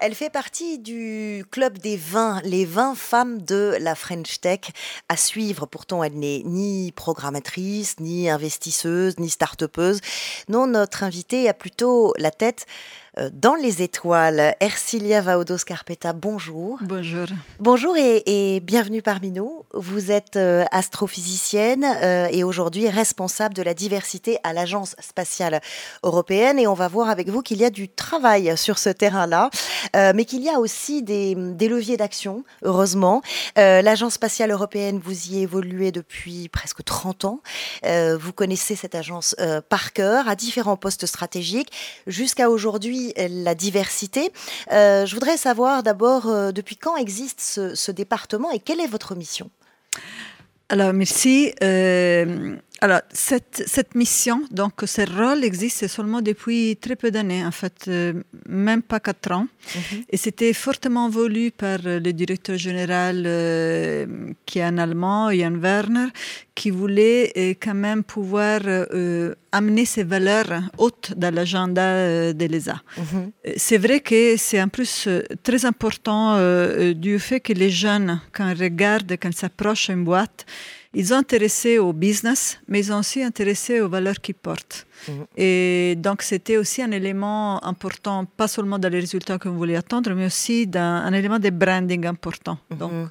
Elle fait partie du club des 20, les 20 femmes de la French Tech à suivre. Pourtant, elle n'est ni programmatrice, ni investisseuse, ni start-upeuse. Non, notre invitée a plutôt la tête dans les étoiles. Ercilia Vaodo-Scarpetta, bonjour. Bonjour. Bonjour et bienvenue parmi nous. Vous êtes astrophysicienne et aujourd'hui responsable de la diversité à l'Agence spatiale européenne. Et on va voir avec vous qu'il y a du travail sur ce terrain-là, mais qu'il y a aussi des leviers d'action, heureusement. L'Agence spatiale européenne, vous y évoluez depuis presque 30 ans. Vous connaissez cette agence par cœur, à différents postes stratégiques, jusqu'à aujourd'hui la diversité. Je voudrais savoir d'abord depuis quand existe ce département et quelle est votre mission ? Alors, merci. Alors, cette mission, donc ce rôle existe seulement depuis très peu d'années, en fait, même pas 4 ans. Et c'était fortement voulu par le directeur général qui est un Allemand, Jan Werner, qui voulait quand même pouvoir amener ces valeurs hautes dans l'agenda de l'ESA. C'est vrai que c'est en plus très important du fait que les jeunes, quand ils regardent, quand ils s'approchent à une boîte, ils sont intéressés au business, mais ils sont aussi intéressés aux valeurs qu'ils portent. Et donc, c'était aussi un élément important, pas seulement dans les résultats qu'on voulait attendre, mais aussi dans un élément de branding important. Donc,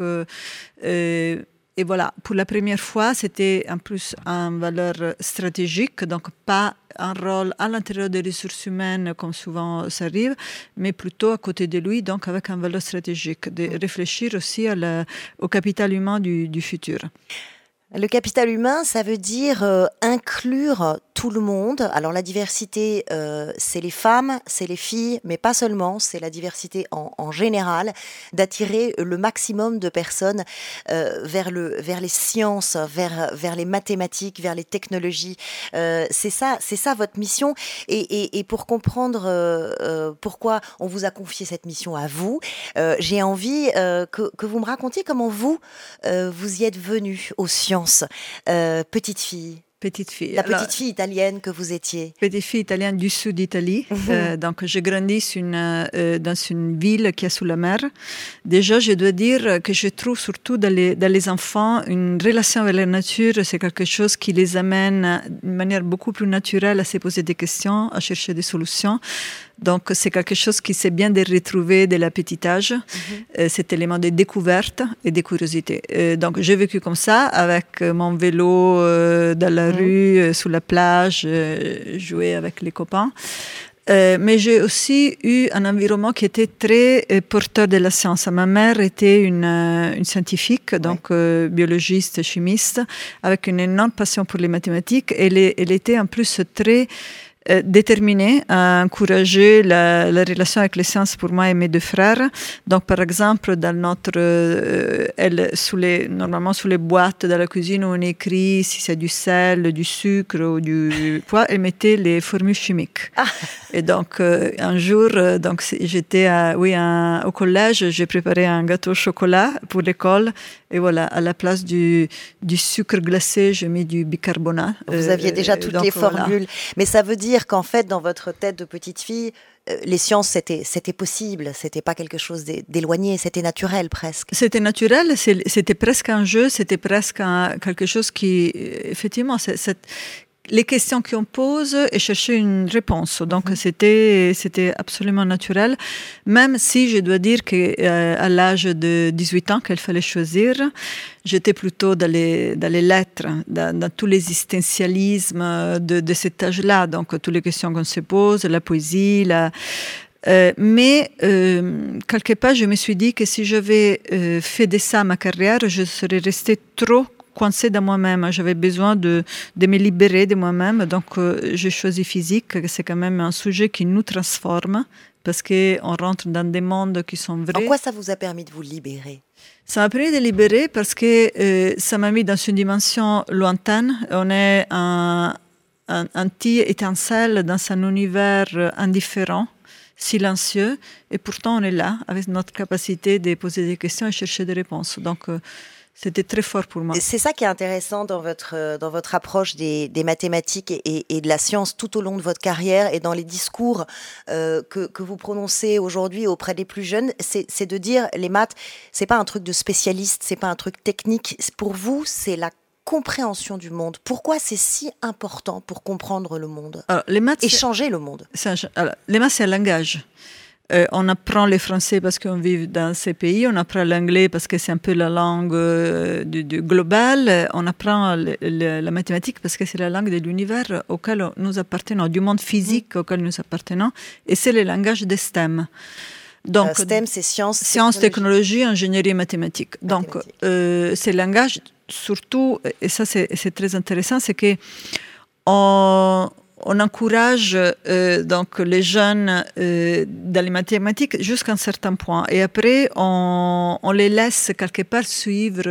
et voilà, pour la première fois, c'était en plus une valeur stratégique, donc pas un rôle à l'intérieur des ressources humaines, comme souvent ça arrive, mais plutôt à côté de lui, donc avec une valeur stratégique, de réfléchir aussi au capital humain du futur. Le capital humain, ça veut dire inclure tout le monde. Alors la diversité, c'est les femmes, c'est les filles, mais pas seulement, c'est la diversité en général, d'attirer le maximum de personnes vers les sciences, vers les mathématiques, vers les technologies. C'est ça votre mission. Et pour comprendre pourquoi on vous a confié cette mission à vous, j'ai envie que vous me racontiez comment vous y êtes venue aux sciences. Petite fille. La petite fille italienne que vous étiez. Petite fille italienne du sud d'Italie. Donc, j'ai grandi dans une ville qui est sous la mer. Déjà, je dois dire que je trouve surtout dans les enfants une relation avec la nature. C'est quelque chose qui les amène d'une manière beaucoup plus naturelle à se poser des questions, à chercher des solutions. Donc, c'est quelque chose qui c'est bien de retrouver dès le petit âge, cet élément de découverte et de curiosité. Donc, j'ai vécu comme ça, avec mon vélo dans la rue, sous la plage, jouer avec les copains. Mais j'ai aussi eu un environnement qui était très porteur de la science. Ma mère était une scientifique, donc biologiste, chimiste, avec une énorme passion pour les mathématiques. Elle était en plus très déterminée à encourager la relation avec les sciences pour moi et mes deux frères. Donc, par exemple, dans normalement sous les boîtes de la cuisine où on écrit si c'est du sel, du sucre ou du poids, elle mettait les formules chimiques. Et donc, un jour, j'étais au collège, j'ai préparé un gâteau au chocolat pour l'école. Et voilà, à la place du sucre glacé, j'ai mis du bicarbonate. Vous aviez déjà toutes les formules. Voilà. Mais ça veut dire qu'en fait, dans votre tête de petite fille, les sciences, c'était possible. C'était pas quelque chose d'éloigné. C'était naturel, presque. C'était naturel. C'était presque un jeu. C'était presque quelque chose qui, effectivement, les questions qu'on pose et chercher une réponse. Donc, c'était absolument naturel. Même si je dois dire qu'à l'âge de 18 ans, qu'il fallait choisir, j'étais plutôt dans les lettres, dans tous les existentialismes de cet âge-là. Donc, toutes les questions qu'on se pose, la poésie, mais quelque part, je me suis dit que si j'avais fait de ça ma carrière, je serais restée trop coincée dans moi-même. J'avais besoin de me libérer de moi-même. Donc, j'ai choisi physique. C'est quand même un sujet qui nous transforme parce qu'on rentre dans des mondes qui sont vrais. En quoi ça vous a permis de vous libérer ? Ça m'a permis de libérer parce que ça m'a mis dans une dimension lointaine. On est un petit étincelle dans un univers indifférent, silencieux, et pourtant on est là avec notre capacité de poser des questions et chercher des réponses. Donc, C'était très fort pour moi. C'est ça qui est intéressant dans votre approche des mathématiques et de la science tout au long de votre carrière et dans les discours que vous prononcez aujourd'hui auprès des plus jeunes, c'est de dire les maths, c'est pas un truc de spécialiste, c'est pas un truc technique. Pour vous, c'est la compréhension du monde. Pourquoi c'est si important pour comprendre le monde les maths, et changer le monde? Les maths, c'est un langage. On apprend le français parce qu'on vit dans ces pays, on apprend l'anglais parce que c'est un peu la langue du global, on apprend la mathématique parce que c'est la langue de l'univers auquel nous appartenons, du monde physique auquel nous appartenons, et c'est le langage des STEM. Donc, STEM, c'est sciences, technologie, ingénierie et mathématiques. Donc, c'est le langage, surtout, et ça c'est très intéressant, c'est que on encourage donc les jeunes dans les mathématiques jusqu'à un certain point. Et après, on les laisse quelque part suivre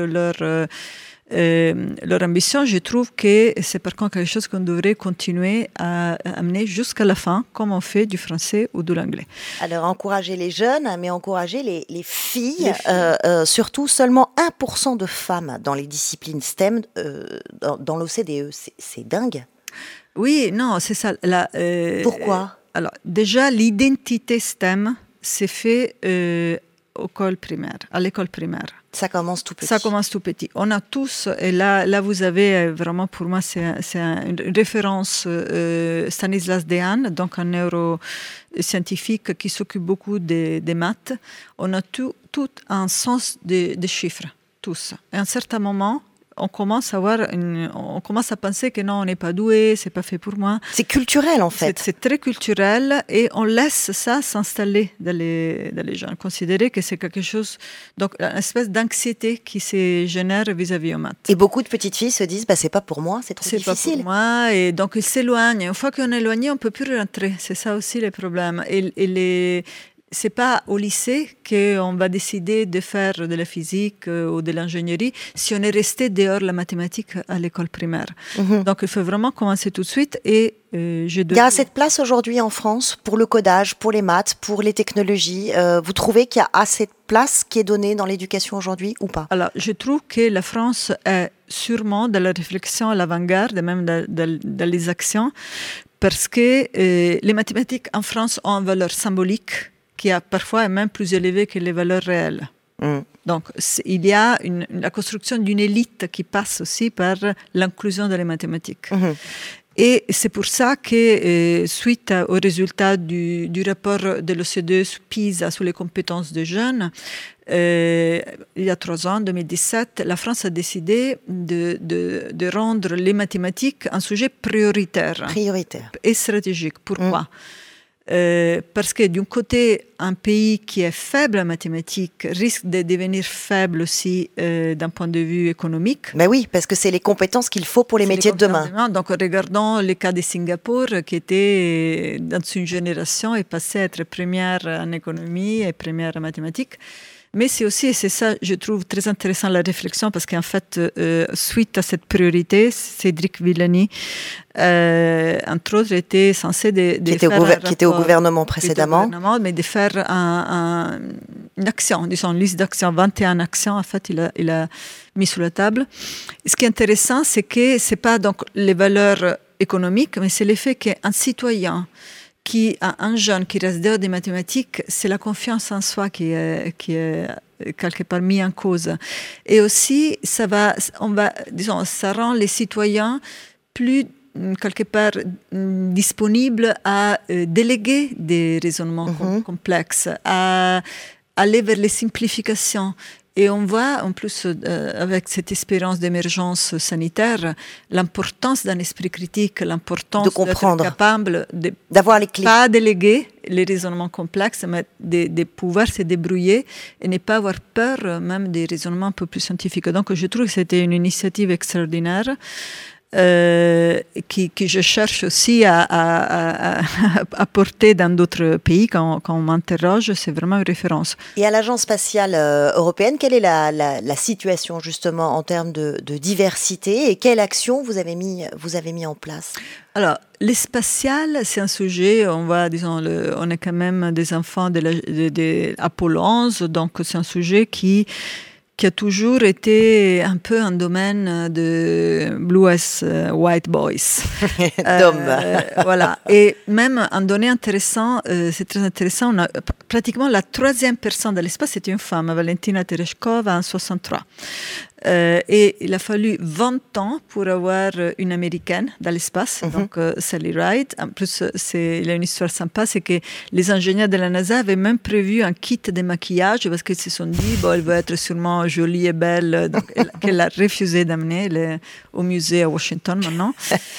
leur ambition. Je trouve que c'est par contre quelque chose qu'on devrait continuer à amener jusqu'à la fin, comme on fait du français ou de l'anglais. Alors, encourager les jeunes, mais encourager les filles. Surtout, seulement 1% de femmes dans les disciplines STEM dans l'OCDE. C'est dingue. Oui, non, c'est ça. Pourquoi? Alors, déjà, l'identité STEM s'est fait à l'école primaire. Ça commence tout petit. Ça commence tout petit. On a tous, et là vous avez vraiment, pour moi, c'est une référence, Stanislas Dehaene, donc un neuroscientifique qui s'occupe beaucoup des maths. On a tout un sens des chiffres, tous. Et à un certain moment, on commence à penser que non, on n'est pas doué, c'est pas fait pour moi. C'est culturel en fait. C'est très culturel et on laisse ça s'installer dans les gens. Considérer que c'est quelque chose, donc une espèce d'anxiété qui se génère vis-à-vis aux maths. Et beaucoup de petites filles se disent, c'est pas pour moi, c'est trop difficile. C'est pas pour moi, et donc ils s'éloignent. Une fois qu'on est éloigné, on peut plus rentrer. C'est ça aussi le problème. C'est pas au lycée qu'on va décider de faire de la physique ou de l'ingénierie si on est resté dehors de la mathématique à l'école primaire. Mm-hmm. Donc il faut vraiment commencer tout de suite. Et il y a assez de place aujourd'hui en France pour le codage, pour les maths, pour les technologies. Vous trouvez qu'il y a assez de place qui est donnée dans l'éducation aujourd'hui ou pas? Alors je trouve que la France est sûrement dans la réflexion à l'avant-garde, même dans les actions, parce que les mathématiques en France ont une valeur symbolique qui a parfois est même plus élevé que les valeurs réelles. Donc, il y a la construction d'une élite qui passe aussi par l'inclusion dans les mathématiques. Et c'est pour ça que, suite aux résultats du rapport de l'OCDE PISA sur les compétences des jeunes, il y a 3 ans, en 2017, la France a décidé de rendre les mathématiques un sujet prioritaire. Et stratégique. Pourquoi ? Parce que d'un côté, un pays qui est faible en mathématiques risque de devenir faible aussi d'un point de vue économique. Ben oui, parce que c'est les compétences qu'il faut pour les métiers de demain. Donc regardons le cas de Singapour, qui était dans une génération est passé à être première en économie et première en mathématiques. Mais c'est aussi, et c'est ça, je trouve très intéressant la réflexion, parce qu'en fait, suite à cette priorité, Cédric Villani, entre autres, était censé qui était au gouvernement précédemment. Mais de faire une action, disons, une liste d'actions, 21 actions, en fait, il a mis sur la table. Ce qui est intéressant, c'est que ce n'est pas donc les valeurs économiques, mais c'est l'effet qu'un citoyen qui a un jeune qui reste dehors des mathématiques, c'est la confiance en soi qui est quelque part mise en cause. Et aussi, ça rend les citoyens plus quelque part disponibles à déléguer des raisonnements complexes, à aller vers les simplifications. Et on voit, en plus, avec cette expérience d'émergence sanitaire, l'importance d'un esprit critique, l'importance d'être capable d'avoir les clés. Pas déléguer les raisonnements complexes, mais de pouvoir se débrouiller et ne pas avoir peur même des raisonnements un peu plus scientifiques. Donc, je trouve que c'était une initiative extraordinaire. Que je cherche aussi à porter dans d'autres pays quand on m'interroge, c'est vraiment une référence. Et à l'Agence spatiale européenne, quelle est la situation justement en termes de diversité et quelle action vous avez mis en place? Alors, les spatiales, c'est un sujet, on est quand même des enfants de Apollo 11, donc c'est un sujet qui qui a toujours été un peu un domaine de Blue as White Boys. Voilà. Et même un donné intéressant, c'est très intéressant, on a pratiquement la troisième personne dans l'espace, c'était une femme, Valentina Tereshkova, en 63. Et il a fallu 20 ans pour avoir une américaine dans l'espace, donc Sally Ride. En plus, il a une histoire sympa, c'est que les ingénieurs de la NASA avaient même prévu un kit de maquillage parce qu'ils se sont dit, bon, elle va être sûrement jolie et belle, donc qu'elle a refusé d'amener au musée à Washington maintenant.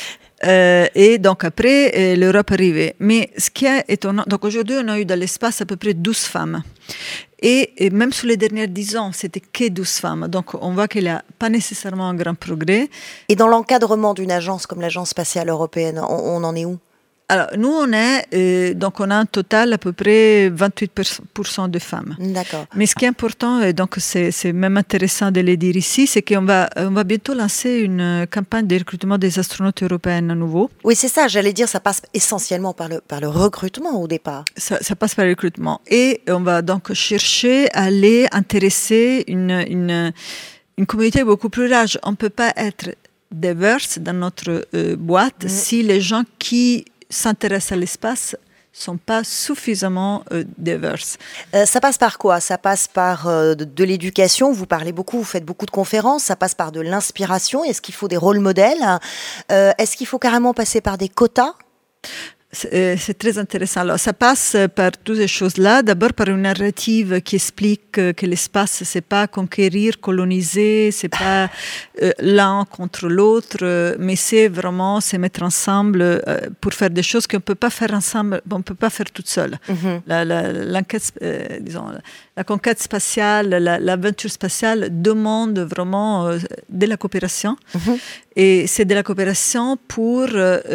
Et donc après, l'Europe est arrivée. Mais ce qui est étonnant, donc aujourd'hui on a eu dans l'espace à peu près 12 femmes. Et même sur les dernières 10 ans, c'était que 12 femmes. Donc on voit qu'il n'y a pas nécessairement un grand progrès. Et dans l'encadrement d'une agence comme l'Agence spatiale européenne, on en est où ? Alors, nous, on a un total à peu près 28% de femmes. D'accord. Mais ce qui est important, et donc c'est même intéressant de le dire ici, c'est qu'on va bientôt lancer une campagne de recrutement des astronautes européennes à nouveau. Oui, c'est ça, j'allais dire, ça passe essentiellement par le recrutement au départ. Ça passe par le recrutement. Et on va donc chercher à aller intéresser une communauté beaucoup plus large. On ne peut pas être diverse dans notre boîte si les gens qui s'intéressent à l'espace sont pas suffisamment diverses. Ça passe par quoi ? Ça passe par de l'éducation, vous parlez beaucoup, vous faites beaucoup de conférences, ça passe par de l'inspiration, est-ce qu'il faut des rôles modèles ? Est-ce qu'il faut carrément passer par des quotas ? C'est très intéressant. Alors, ça passe par toutes ces choses-là. D'abord par une narrative qui explique que l'espace, c'est pas conquérir, coloniser, c'est pas l'un contre l'autre, mais c'est vraiment se mettre ensemble pour faire des choses qu'on peut pas faire ensemble, on peut pas faire toute seule. L'enquête, la conquête spatiale, l'aventure spatiale demande vraiment de la coopération. Et c'est de la coopération pour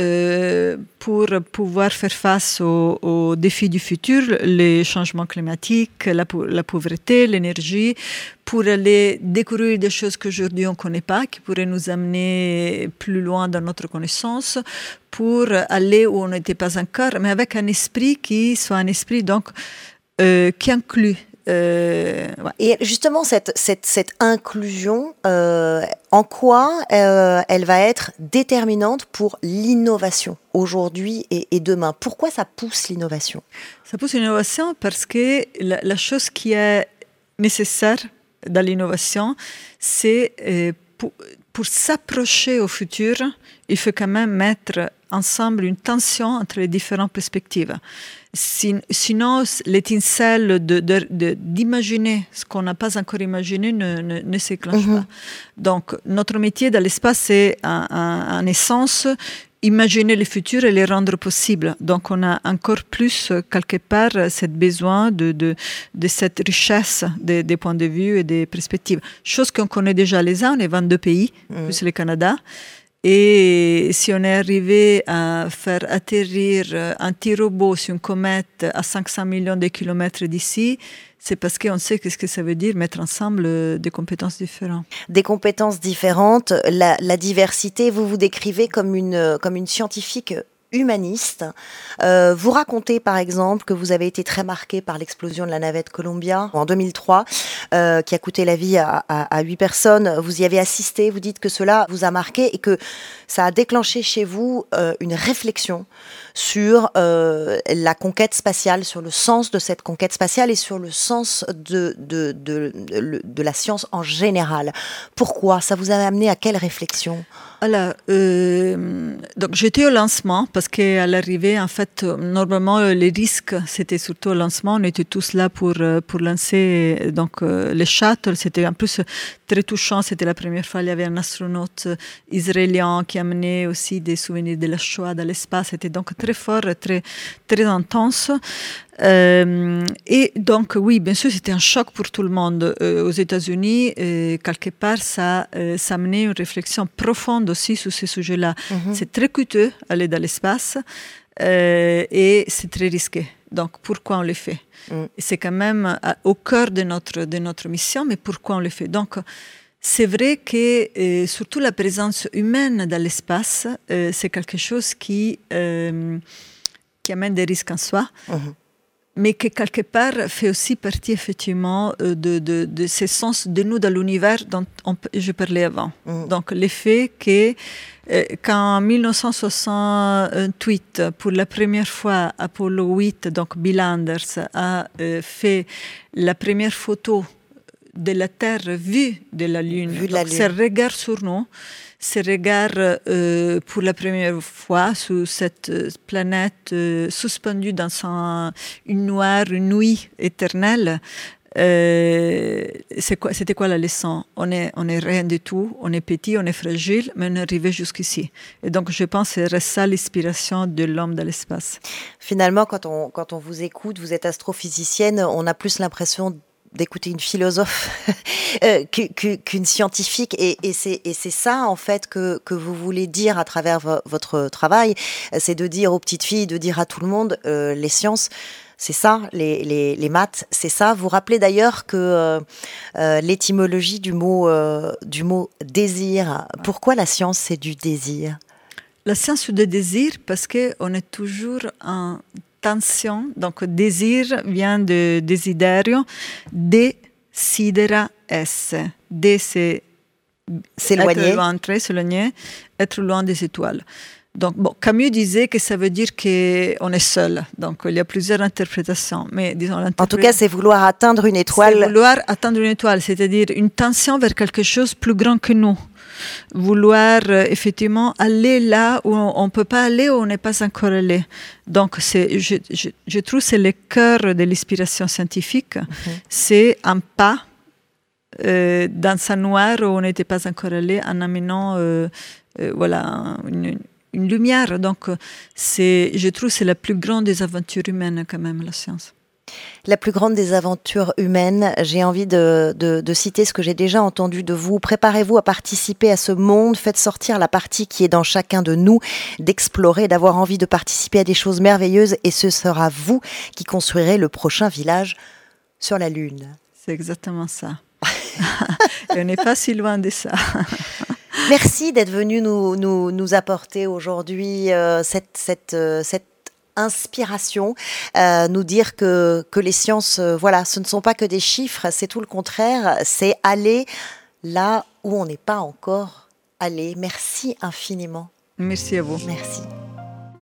pouvoir faire face aux défis du futur, les changements climatiques, la pauvreté, l'énergie, pour aller découvrir des choses qu'aujourd'hui on ne connaît pas, qui pourraient nous amener plus loin dans notre connaissance, pour aller où on n'était pas encore, mais avec un esprit qui soit un esprit donc qui inclut. Ouais. Et justement, cette inclusion, en quoi elle va être déterminante pour l'innovation aujourd'hui et demain ? Pourquoi ça pousse l'innovation ? Ça pousse l'innovation parce que la chose qui est nécessaire dans l'innovation, c'est pour s'approcher au futur, il faut quand même mettre ensemble une tension entre les différentes perspectives. Sinon, l'étincelle d'imaginer ce qu'on n'a pas encore imaginé ne s'éclenche pas. Donc, notre métier dans l'espace, c'est en essence imaginer le futur et le rendre possible. Donc, on a encore plus, quelque part, ce besoin de cette richesse des points de vue et des perspectives. Chose qu'on connaît déjà les uns, on est 22 pays, plus le Canada. Et si on est arrivé à faire atterrir un petit robot sur une comète à 500 millions de kilomètres d'ici, c'est parce qu'on sait ce que ça veut dire mettre ensemble des compétences différentes. Des compétences différentes, la diversité, vous vous décrivez comme une scientifique humaniste. Vous racontez par exemple que vous avez été très marqué par l'explosion de la navette Columbia en 2003, qui a coûté la vie à 8 personnes. Vous y avez assisté, vous dites que cela vous a marqué et que ça a déclenché chez vous une réflexion sur la conquête spatiale, sur le sens de cette conquête spatiale et sur le sens de la science en général. Pourquoi ? Ça vous a amené à quelle réflexion ? Alors, donc j'étais au lancement parce qu'à l'arrivée, en fait, normalement, les risques, c'était surtout au lancement. On était tous là pour lancer donc les shuttles. C'était en plus très touchant. C'était la première fois qu'il y avait un astronaute israélien qui amenait aussi des souvenirs de la Shoah dans l'espace. C'était donc très fort, très, très intense. Et donc, oui, bien sûr, c'était un choc pour tout le monde. Aux États-Unis, quelque part, ça amenait une réflexion profonde aussi sur ces sujets-là. C'est très coûteux aller dans l'espace et c'est très risqué. Donc, pourquoi on le fait ? C'est quand même au cœur de notre mission, mais pourquoi on le fait ? Donc, c'est vrai que surtout la présence humaine dans l'espace, c'est quelque chose qui amène des risques en soi. mais qui quelque part fait aussi partie effectivement de ces sens de nous dans l'univers dont je parlais avant. Donc l'effet que qu'en 1968, pour la première fois, Apollo 8, donc Bill Anders, a fait la première photo de la Terre vue de la Lune. Ce regard sur nous, ce regard pour la première fois sur cette planète suspendue dans une nuit éternelle. C'était quoi la leçon? On est rien du tout, on est petit, on est fragile, mais on est arrivé jusqu'ici. Et donc je pense que c'est ça l'inspiration de l'homme dans l'espace. Finalement, quand on vous écoute, vous êtes astrophysicienne, on a plus l'impression d'écouter une philosophe qu'une scientifique, et c'est ça en fait que vous voulez dire à travers votre travail, c'est de dire aux petites filles, de dire à tout le monde, les sciences, c'est ça, les maths, c'est ça. Vous rappelez d'ailleurs que l'étymologie du mot désir, pourquoi la science c'est du désir? La science c'est du désir parce qu'on est toujours en tension, donc désir vient de desiderio, desidera esse. C'est s'éloigner, être loin, s'éloigner, être loin des étoiles. Donc, Camus disait que ça veut dire qu'on est seul. Donc, il y a plusieurs interprétations. Mais disons, en tout cas, c'est vouloir atteindre une étoile. C'est vouloir atteindre une étoile, c'est-à-dire une tension vers quelque chose plus grand que nous. Vouloir effectivement aller là où on ne peut pas aller, où on n'est pas encore allé. Donc, je trouve que c'est le cœur de l'inspiration scientifique. C'est un pas dans un noir où on n'était pas encore allé, en amenant une lumière. Donc, je trouve que c'est la plus grande des aventures humaines quand même, la science. La plus grande des aventures humaines, j'ai envie de citer ce que j'ai déjà entendu de vous. Préparez-vous à participer à ce monde, faites sortir la partie qui est dans chacun de nous, d'explorer, d'avoir envie de participer à des choses merveilleuses, et ce sera vous qui construirez le prochain village sur la Lune. C'est exactement ça. Et on n'est pas si loin de ça. Merci d'être venu nous apporter aujourd'hui cette inspiration, nous dire que les sciences, ce ne sont pas que des chiffres, c'est tout le contraire, c'est aller là où on n'est pas encore allé. Merci infiniment. Merci à vous. Merci.